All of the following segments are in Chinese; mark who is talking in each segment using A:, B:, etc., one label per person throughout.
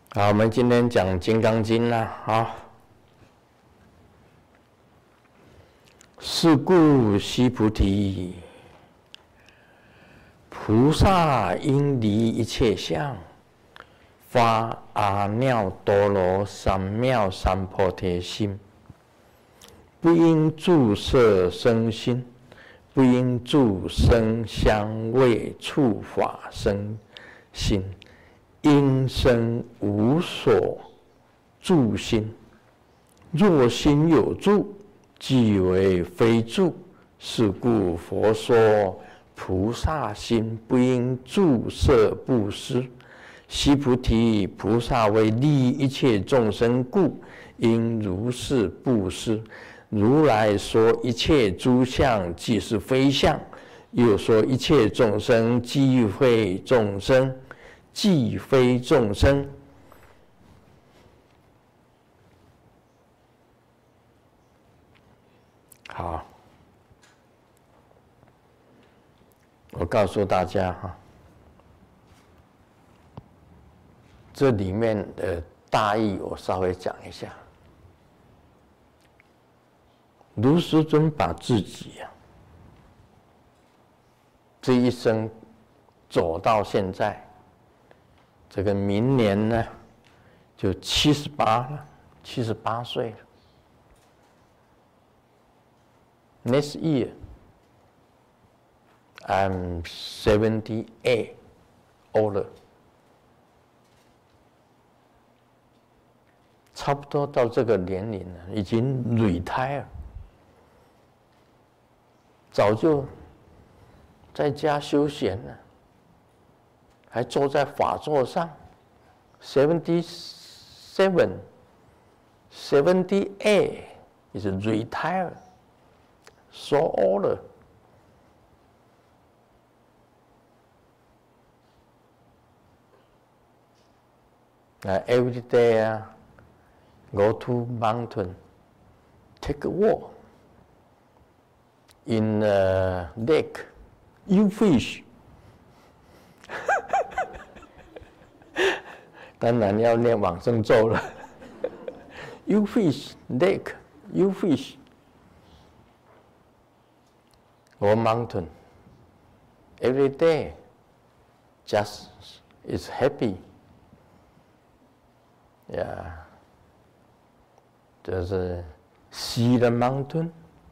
A: 好，我们今天讲《金刚经》啦。好，是故须菩提，菩萨应离一切相，发阿耨多罗三藐三菩提心，不应住色声心，不应住声香味触法身心，应生无所住心。若心有住，即为非住。是故佛说菩萨心不应住色布施。须菩提，菩萨为利一切众生故，应如是布施。如来说一切诸相即是非相，又说一切众生即非众生，即非众生。好，我告诉大家哈，这里面的大意我稍微讲一下。卢师尊把自己这一生走到现在，这个明年呢就78了，78岁了。Next year, I'm 78 older. 差不多到这个年龄了，已经 retire， 早就在家休闲了，还坐在法座上。77, 78 is retire, so old. Every day, go to mountain, take a walk in a lake, you fish. 当然要念往生咒了。You fish, lake, you fish. Or mountain. Every day, just is happy. Yeah. 就是 see the mountain,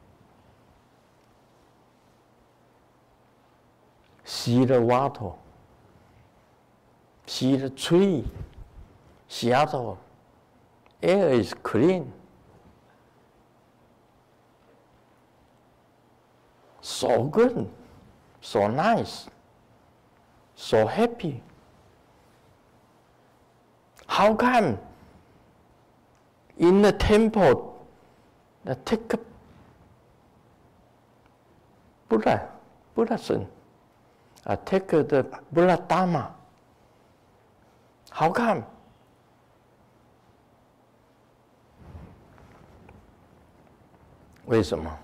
A: see the water, see the tree. Seattle, air is clean, so good, so nice, so happy. How come in the temple, take a Buddhism, take the Buddha Dharma? How come? 为什么？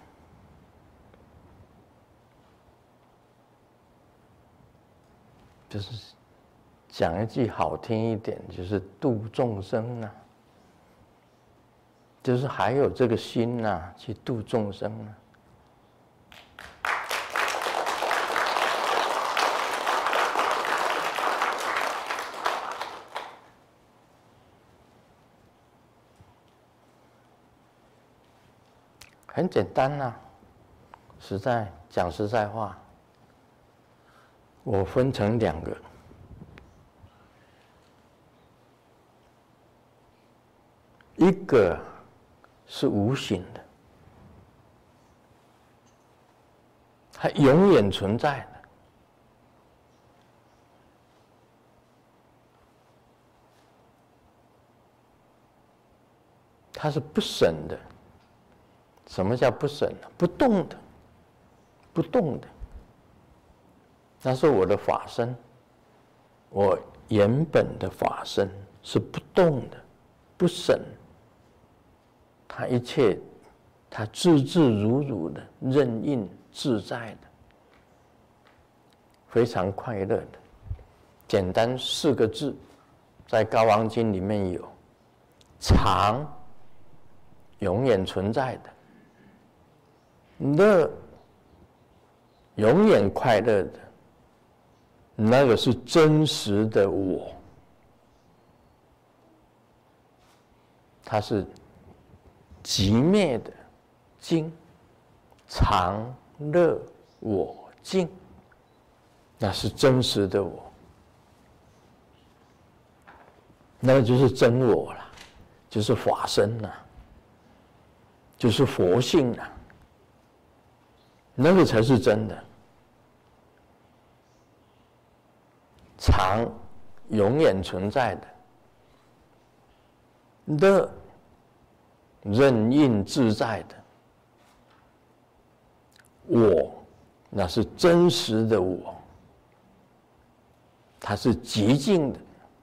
A: 就是讲一句好听一点，就是度众生啊，就是还有这个心啊，去度众生啊。很简单啊，讲实在话，我分成2个，一个是无形的，它永远存在的，它是不生的。什么叫不生呢？不动的，不动的。那是我的法身，我原本的法身是不动的，不生。它一切，它自自如如的，任运自在的，非常快乐的。简单4个字， 在《高王经》里面有常永远存在的，乐永远快乐的，那个是真实的我，它是寂灭的静，常乐我净，那是真实的我，那个就是真我了，就是法身了，就是佛性了，那个才是真的。常永远存在的，乐任运自在的，我那是真实的我，它是极静的，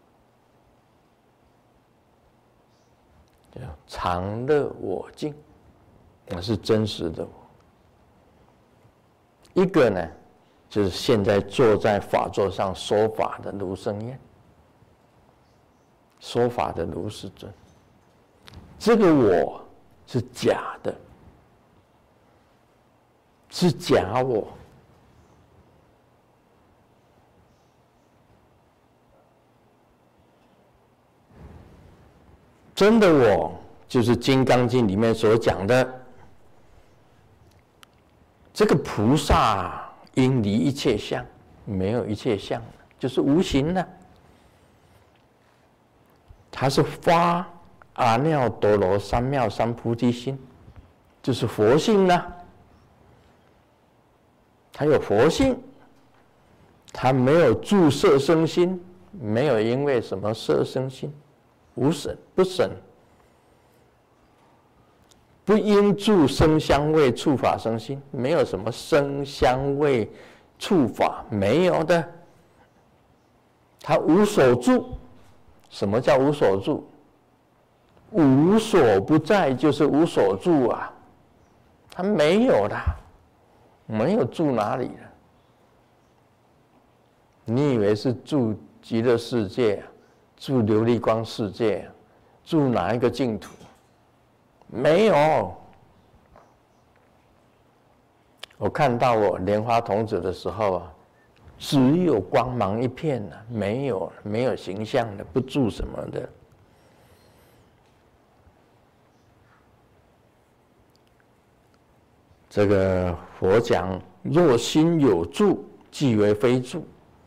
A: 叫常乐我净，那是真实的我。一个呢，就是现在坐在法座上说法的卢胜彦，说法的卢世尊，这个我是假的，是假我。真的我就是《金刚经》里面所讲的，这个菩萨应离一切相，没有一切相，就是无形的。它是发阿耨多罗三藐三菩提心，就是佛性呢。它有佛性，它没有住色生心，没有因为什么色生心，无生不生，不因住声香味触法生心，没有什么声香味触法，没有的。它无所住。什么叫无所住？无所不在就是无所住啊，它没有的，没有住哪里了？你以为是住极乐世界啊，住琉璃光世界啊，住哪一个净土？没有。我看到我莲花童子的时候啊，只有光芒一片啊，没有形象的，不住什么的。这个佛讲，若心有住，即为非住。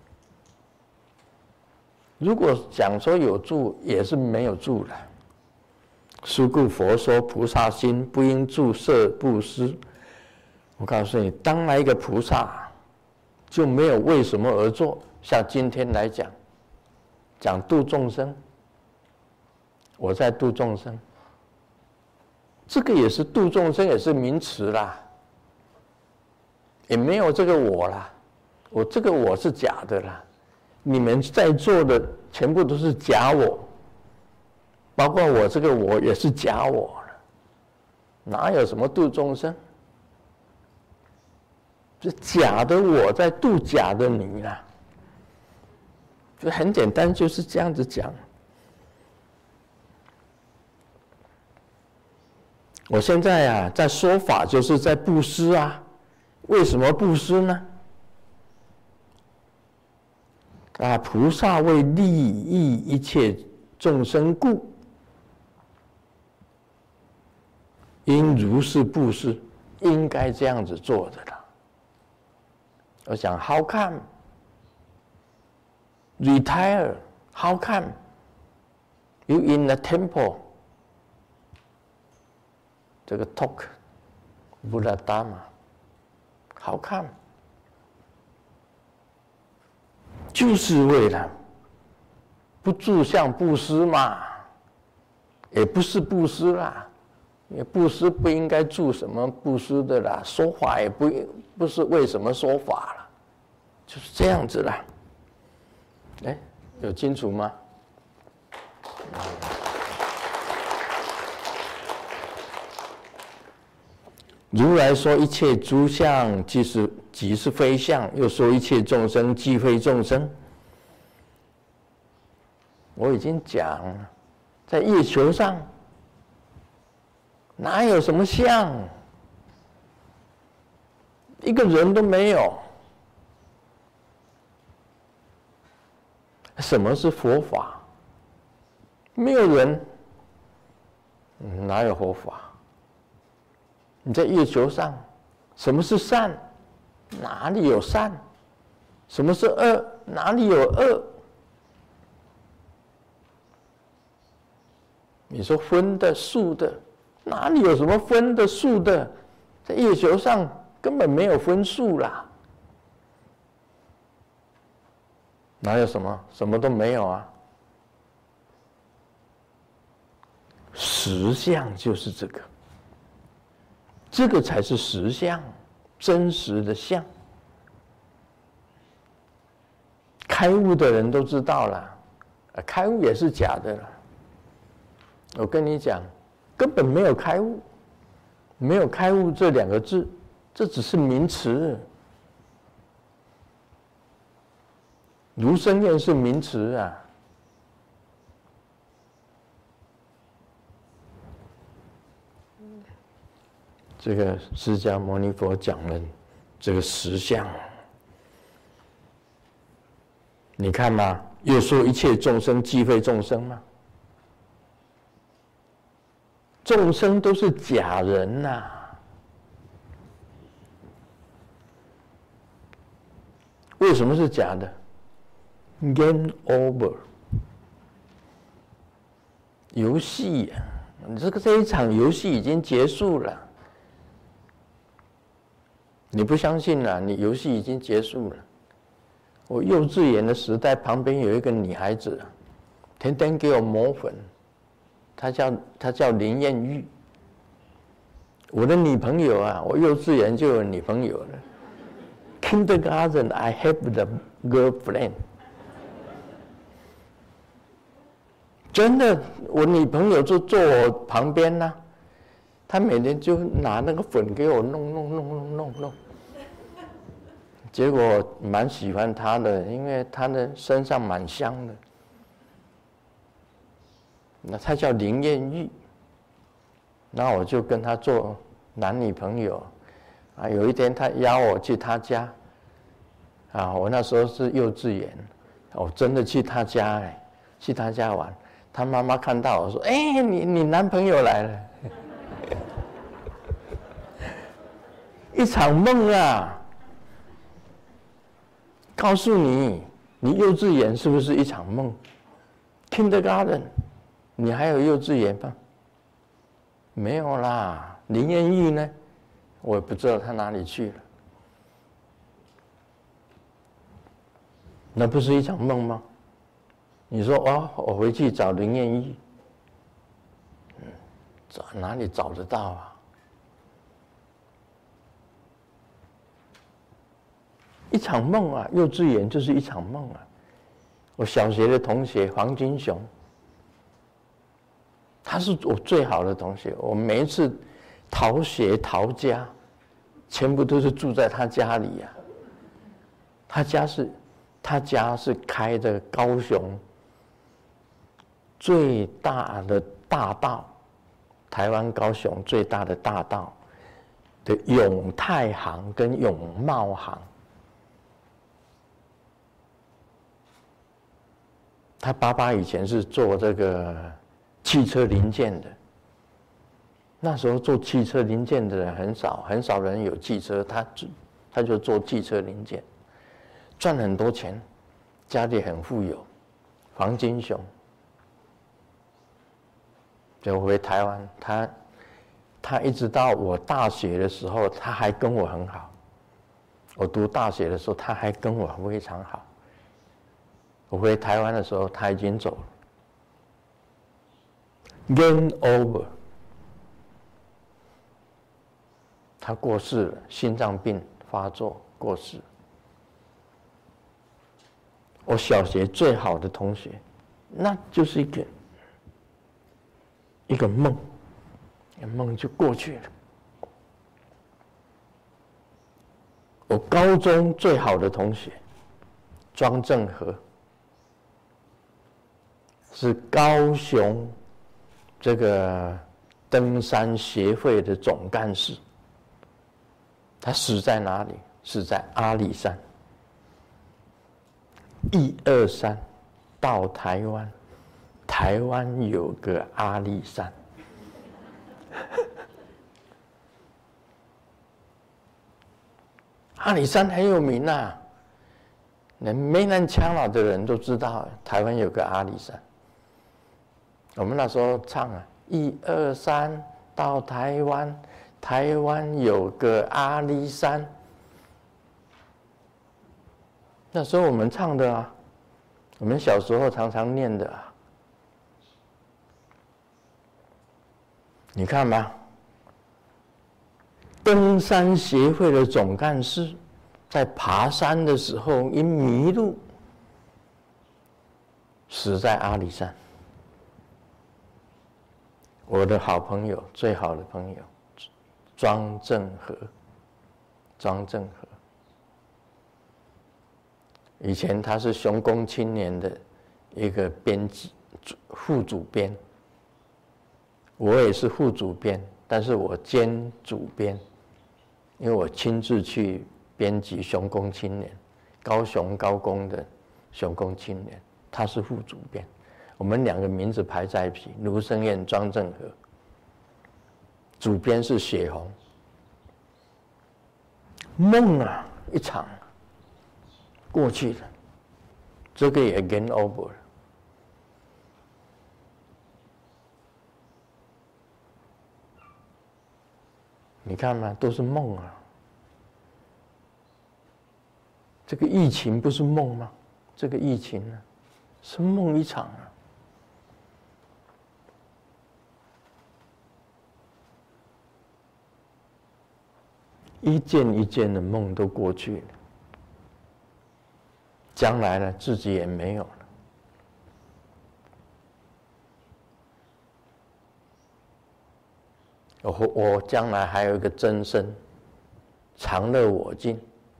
A: 如果讲说有住，也是没有住的。是故佛说，菩萨心不应住色布施。我告诉你，当来一个菩萨，就没有为什么而做。像今天来讲度众生，我在度众生，这个也是度众生，也是名词啦，也没有这个我啦，我这个我是假的啦，你们在座的全部都是假我，包括我这个我也是假我了，哪有什么度众生？是假的我在度假的你啦，就很简单，就是这样子讲。我现在啊，在说法就是在布施啊，为什么布施呢？啊，菩萨为利益一切众生故，应如是布施，应该这样子做的啦。我想 ，How come retire? How come you in the temple? 这个 talk Buddha Dharma, how come? 就是为了不住相布施嘛，也不是布施啦，因为布施不应该住什么布施的啦，说法也不是为什么说法了，就是这样子啦。哎，有清楚吗？如来说一切诸相即是非相，又说一切众生即非众生。 我已经讲了，在月球上哪有什么像，一个人都没有。什么是佛法？没有人，哪有佛法？你在月球上，什么是善？哪里有善？什么是恶？哪里有恶？你说分的、素的，哪里有什么分的、素的？在月球上根本没有分数啦，哪有什么？什么都没有啊！实相就是这个，这个才是实相，真实的相。开悟的人都知道了，开悟也是假的了。我跟你讲，根本没有开悟，没有开悟这两个字，这只是名词。如生愿是名词啊。这个释迦牟尼佛讲了这个实相，你看嘛，又说一切众生即非众生嘛，众生都是假人呐、为什么是假的 ？Game over， 游戏啊，这一场游戏已经结束了。你不相信啊？你游戏已经结束了。我幼稚园的时代，旁边有一个女孩子，天天给我抹粉，她叫林艳玉。我的女朋友啊，我幼稚园就有女朋友了。Kindergarten, I have the girlfriend。真的，我女朋友就坐我旁边呢、她每天就拿那个粉给我弄。结果蛮喜欢她的，因为她的身上蛮香的。那她叫林艳玉，那我就跟她做男女朋友。啊，有一天她邀我去她家，啊，我那时候是幼稚园，我真的去她家哎，去她家玩。她妈妈看到我说：“哎，你男朋友来了。”一场梦啊！告诉你，你幼稚园是不是一场梦 ？Kindergarten， 你还有幼稚园吗？没有啦。林艳玉呢？我也不知道她哪里去了。那不是一场梦吗？你说哦，我回去找林艳玉，找哪里找得到啊？一场梦啊，幼稚园就是一场梦啊。我小学的同学黄金雄，他是我最好的同学，我每一次逃学逃家，全部都是住在他家里呀、他家是开的高雄最大的大道，台湾高雄最大的大道的永泰行跟永茂行。他爸爸以前是做这个汽车零件的，那时候做汽车零件的人很少，很少人有汽车，他就做汽车零件，赚很多钱，家里很富有。黄金雄就回台湾，他一直到我大学的时候，他还跟我很好。我读大学的时候，他还跟我非常好。我回台湾的时候，他已经走了。Game over， 他过世了，心脏病发作过世。我小学最好的同学，那就是一个梦，梦就过去了。我高中最好的同学庄正和， 是高雄这个登山协会的总干事。他死在哪里？死在阿里山。123到台湾，台湾有个阿里山。阿里山很有名啊，连梅南腔老的人都知道台湾有个阿里山。我们那时候唱啊，123到台湾，台湾有个阿里山。那时候我们唱的啊，我们小时候常常念的啊。你看吧，登山协会的总干事在爬山的时候因迷路，死在阿里山。我的好朋友，最好的朋友庄正和，以前他是雄工青年的一个编辑副主编，我也是副主编，但是我兼主编，因为我亲自去编辑雄工青年，高雄高工的雄工青年，他是副主编，我们两个名字排在一起，卢生燕、庄正和，主编是血红。梦啊，一场过去了，这个也 game over 了。你看嘛，都是梦啊。这个疫情不是梦吗？这个疫情呢，是梦一场啊。一件一件的梦都过去了，将来呢，自己也没有了。我将来还有一个真身，常乐我净。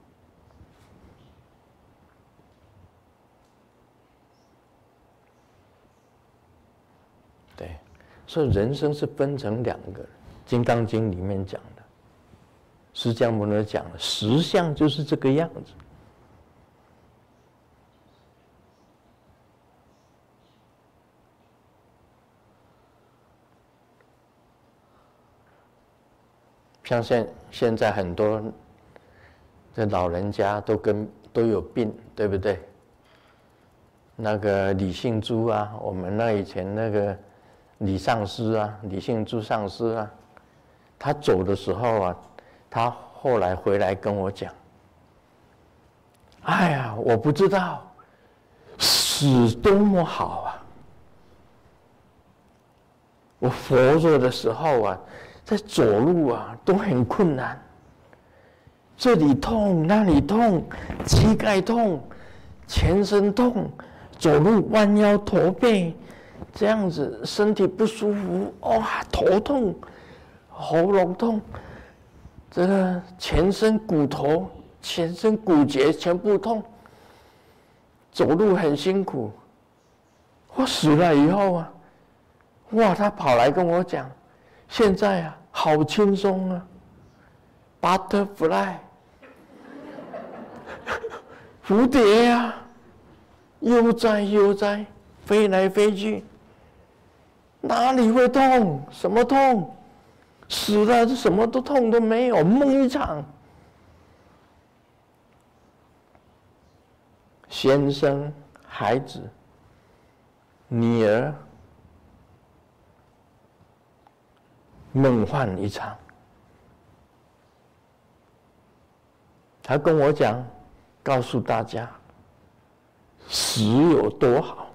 A: 对，所以人生是分成两个，《金刚经》里面讲的，释迦牟尼讲了，实相就是这个样子。像现在很多的老人家都有病，对不对？那个李信珠啊，我们那以前那个李上师啊，李信珠上师啊，他走的时候啊，他后来回来跟我讲：“哎呀，我不知道死多么好啊！我活着的时候啊。”在走路啊都很困难，这里痛那里痛，膝盖痛，全身痛，走路弯腰驼背，这样子身体不舒服，哇，头痛，喉咙痛，这个全身骨头、全身骨节全部痛，走路很辛苦。我死了以后啊，哇，他跑来跟我讲。现在啊，好轻松啊 ，butterfly， 蝴蝶啊，悠哉，飞来飞去，哪里会痛？什么痛？死了，什么都痛都没有，梦一场。先生、孩子、女儿。梦幻一场，他跟我讲，告诉大家，死有多好。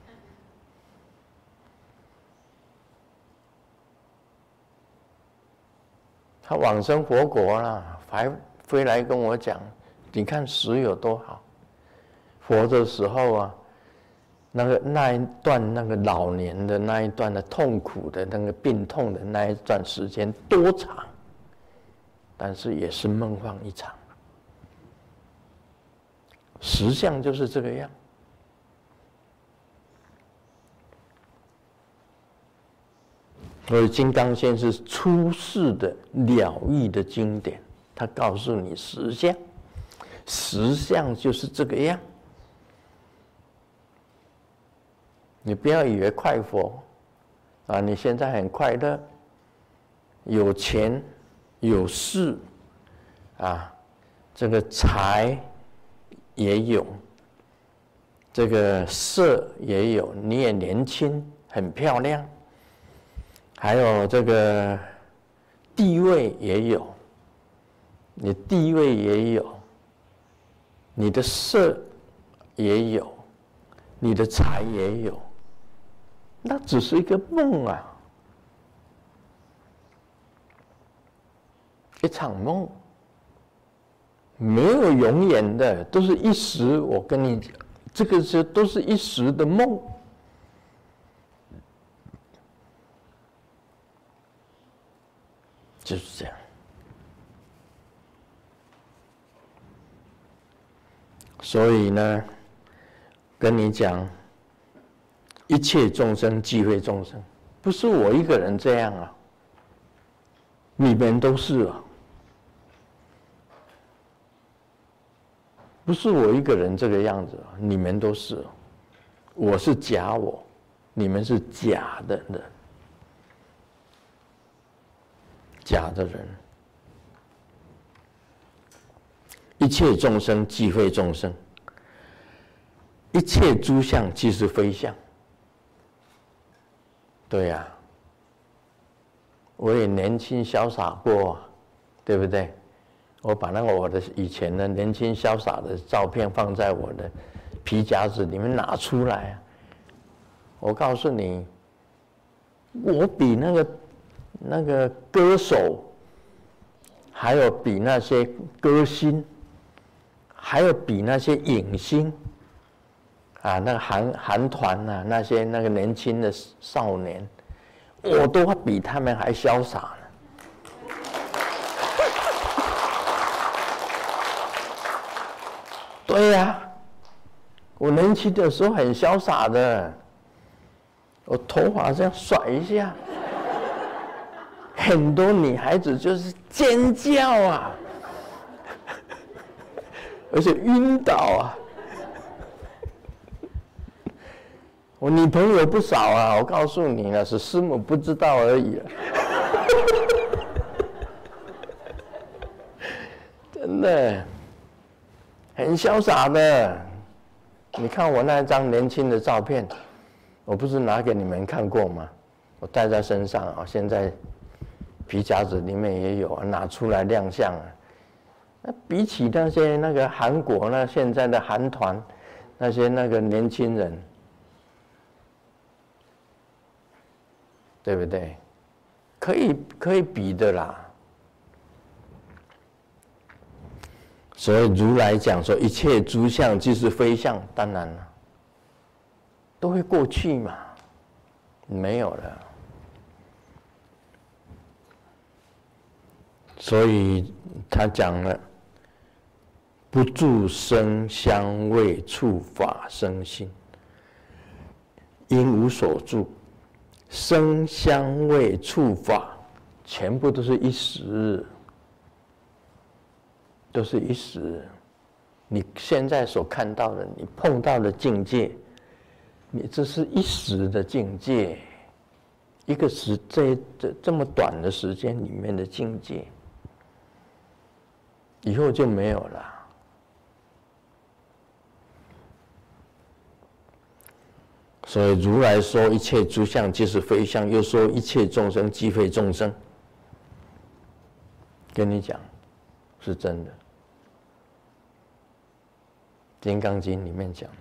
A: 他往生佛国了，还飞来跟我讲，你看死有多好。活的时候啊。那一段那个老年的那一段的痛苦的那个病痛的那一段时间多长，但是也是梦幻一场。实相就是这个样。 所以《金刚经》是出世的了义的经典，它告诉你实相，实相就是这个样。你不要以为快活啊，你现在很快乐，有钱有势啊，这个财也有，这个色也有，你也年轻，很漂亮。还有这个地位也有，你地位也有，你的色也有，你的财也有，那只是一个梦啊，一场梦，没有永远的，都是一时。我跟你讲，这个都是一时的梦。就是这样，所以呢，跟你讲，一切众生即非众生，不是我一个人这样啊，你们都是啊，不是我一个人这个样子啊，你们都是啊，我是假我，你们是假的人。假的人，一切众生即非众生，一切诸相即是非相。对呀，我也年轻潇洒过，对不对？我把我的以前的年轻潇洒的照片放在我的皮夹子里面拿出来，我告诉你，我比那个歌手，还有比那些歌星，还有比那些影星，啊，那个韩团啊，那个年轻的少年，我都比他们还潇洒呢。对呀，我年轻的时候很潇洒的，我头发这样甩一下。很多女孩子就是尖叫啊，而且晕倒啊。我女朋友不少啊，我告诉你了，是师母不知道而已了。真的，很潇洒的。你看我那张年轻的照片，我不是拿给你们看过吗？我带在身上啊，现在。皮夹子里面也有啊，拿出来亮相啊。那比起那个韩国现在的韩团，那个年轻人，对不对？可以比的啦。所以如来讲说，一切诸相即是非相，当然了，都会过去嘛，没有了。所以他讲了，不住声香味触法生心，因无所住。声香味触法，全部都是一时，都是一时。你现在所看到的，你碰到的境界，你这是一时的境界，一个这么短的时间里面的境界。以后就没有了。所以如来说一切诸相即是非相，又说一切众生即非众生。跟你讲，是真的。《金刚经》里面讲，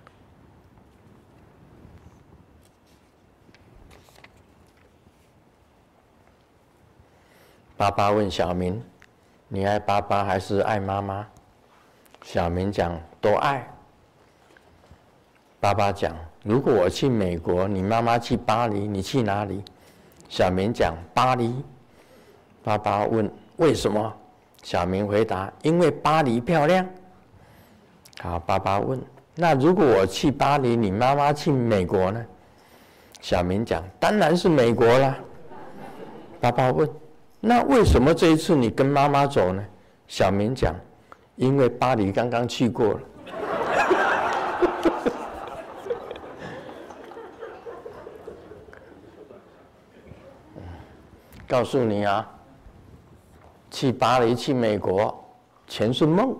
A: 爸爸问小明，你爱爸爸还是爱妈妈？小明讲都爱。爸爸讲，如果我去美国，你妈妈去巴黎，你去哪里？小明讲巴黎。爸爸问为什么？小明回答，因为巴黎漂亮。好，爸爸问，那如果我去巴黎，你妈妈去美国呢？小明讲，当然是美国啦。 爸爸问：“那为什么这一次你跟妈妈走呢？”小明讲：“因为巴黎刚刚去过了。”告诉你啊，去巴黎、去美国，全是梦。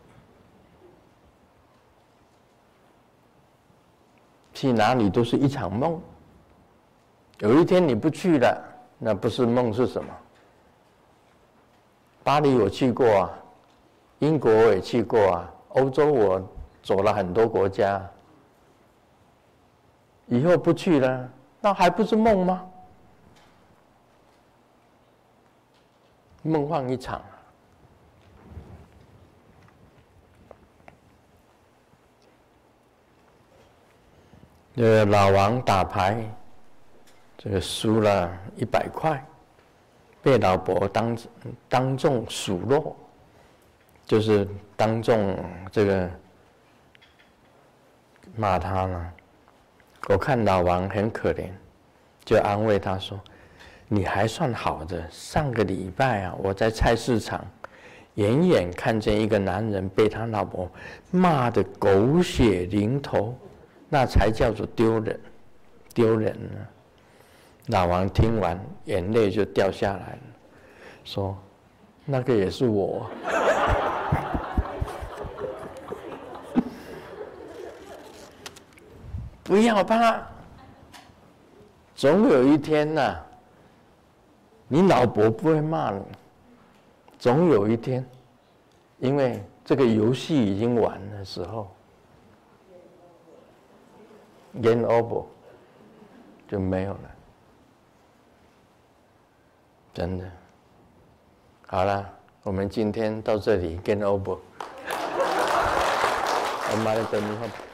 A: 去哪里都是一场梦。有一天你不去了，那不是梦是什么？巴黎我去过啊，英国我也去过啊，欧洲我走了很多国家。以后不去了，那还不是梦吗？梦幻一场。老王打牌，这个输了100块，被老婆当众数落，就是当众这个骂他了。我看老王很可怜，就安慰他说：“你还算好的，上个礼拜啊，我在菜市场远远看见一个男人被他老婆骂得狗血淋头。”那才叫做丢人，丢人呢！老王听完，眼泪就掉下来了，说：“那个也是我。”不要怕，总有一天呐，你老婆不会骂你。总有一天，因为这个游戏已经完的时候。Game over 就没有了，真的。好了，我们今天到这里 Game over。我们来等一下。